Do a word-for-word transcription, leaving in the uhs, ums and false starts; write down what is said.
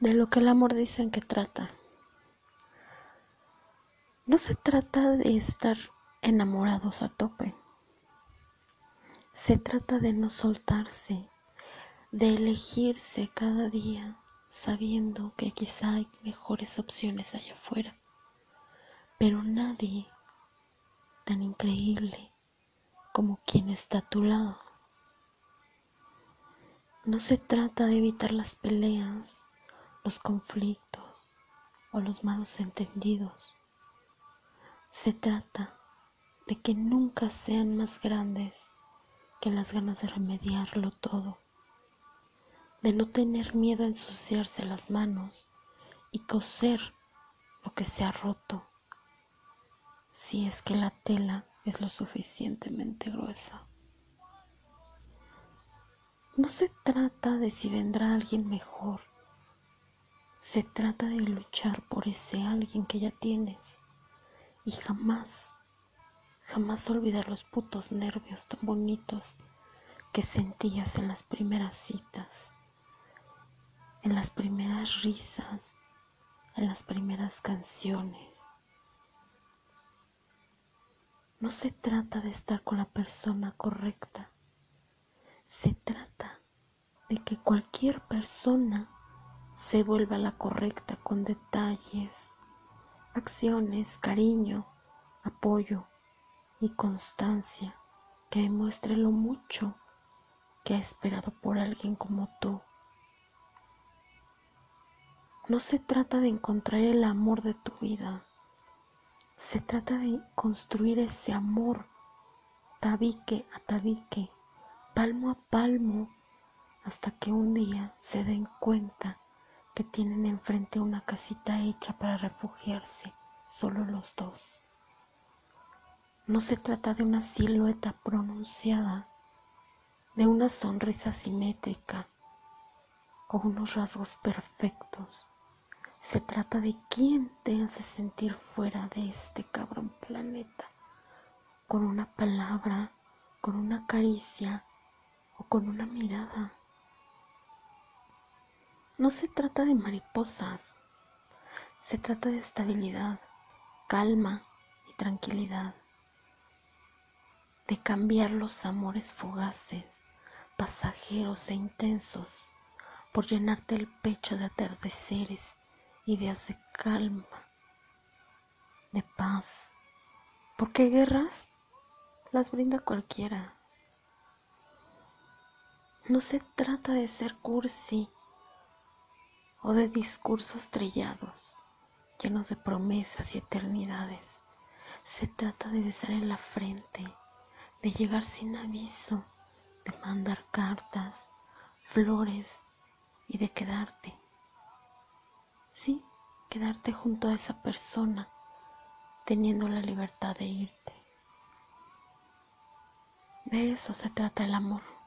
De lo que el amor dicen que trata. No se trata de estar enamorados a tope. Se trata de no soltarse, de elegirse cada día sabiendo que quizá hay mejores opciones allá afuera, pero nadie tan increíble como quien está a tu lado. No se trata de evitar las peleas, los conflictos o los malos entendidos. Se trata de que nunca sean más grandes que las ganas de remediarlo todo, de no tener miedo a ensuciarse las manos y coser lo que se ha roto, si es que la tela es lo suficientemente gruesa. No se trata de si vendrá alguien mejor, se trata de luchar por ese alguien que ya tienes y jamás, jamás olvidar los putos nervios tan bonitos que sentías en las primeras citas, en las primeras risas, en las primeras canciones. No se trata de estar con la persona correcta, se trata de que cualquier persona se vuelva la correcta con detalles, acciones, cariño, apoyo y constancia que demuestre lo mucho que ha esperado por alguien como tú. No se trata de encontrar el amor de tu vida, se trata de construir ese amor tabique a tabique, palmo a palmo, hasta que un día se den cuenta que tienen enfrente una casita hecha para refugiarse solo los dos. No se trata de una silueta pronunciada, de una sonrisa simétrica o unos rasgos perfectos. Se trata de quién te hace sentir fuera de este cabrón planeta, con una palabra, con una caricia o con una mirada. No se trata de mariposas, se trata de estabilidad, calma y tranquilidad, de cambiar los amores fugaces, pasajeros e intensos por llenarte el pecho de atardeceres, ideas de calma, de paz, porque guerras las brinda cualquiera. No se trata de ser cursi o de discursos trillados, llenos de promesas y eternidades. Se trata de besar en la frente, de llegar sin aviso, de mandar cartas, flores y de quedarte. Sí, quedarte junto a esa persona, teniendo la libertad de irte. De eso se trata el amor.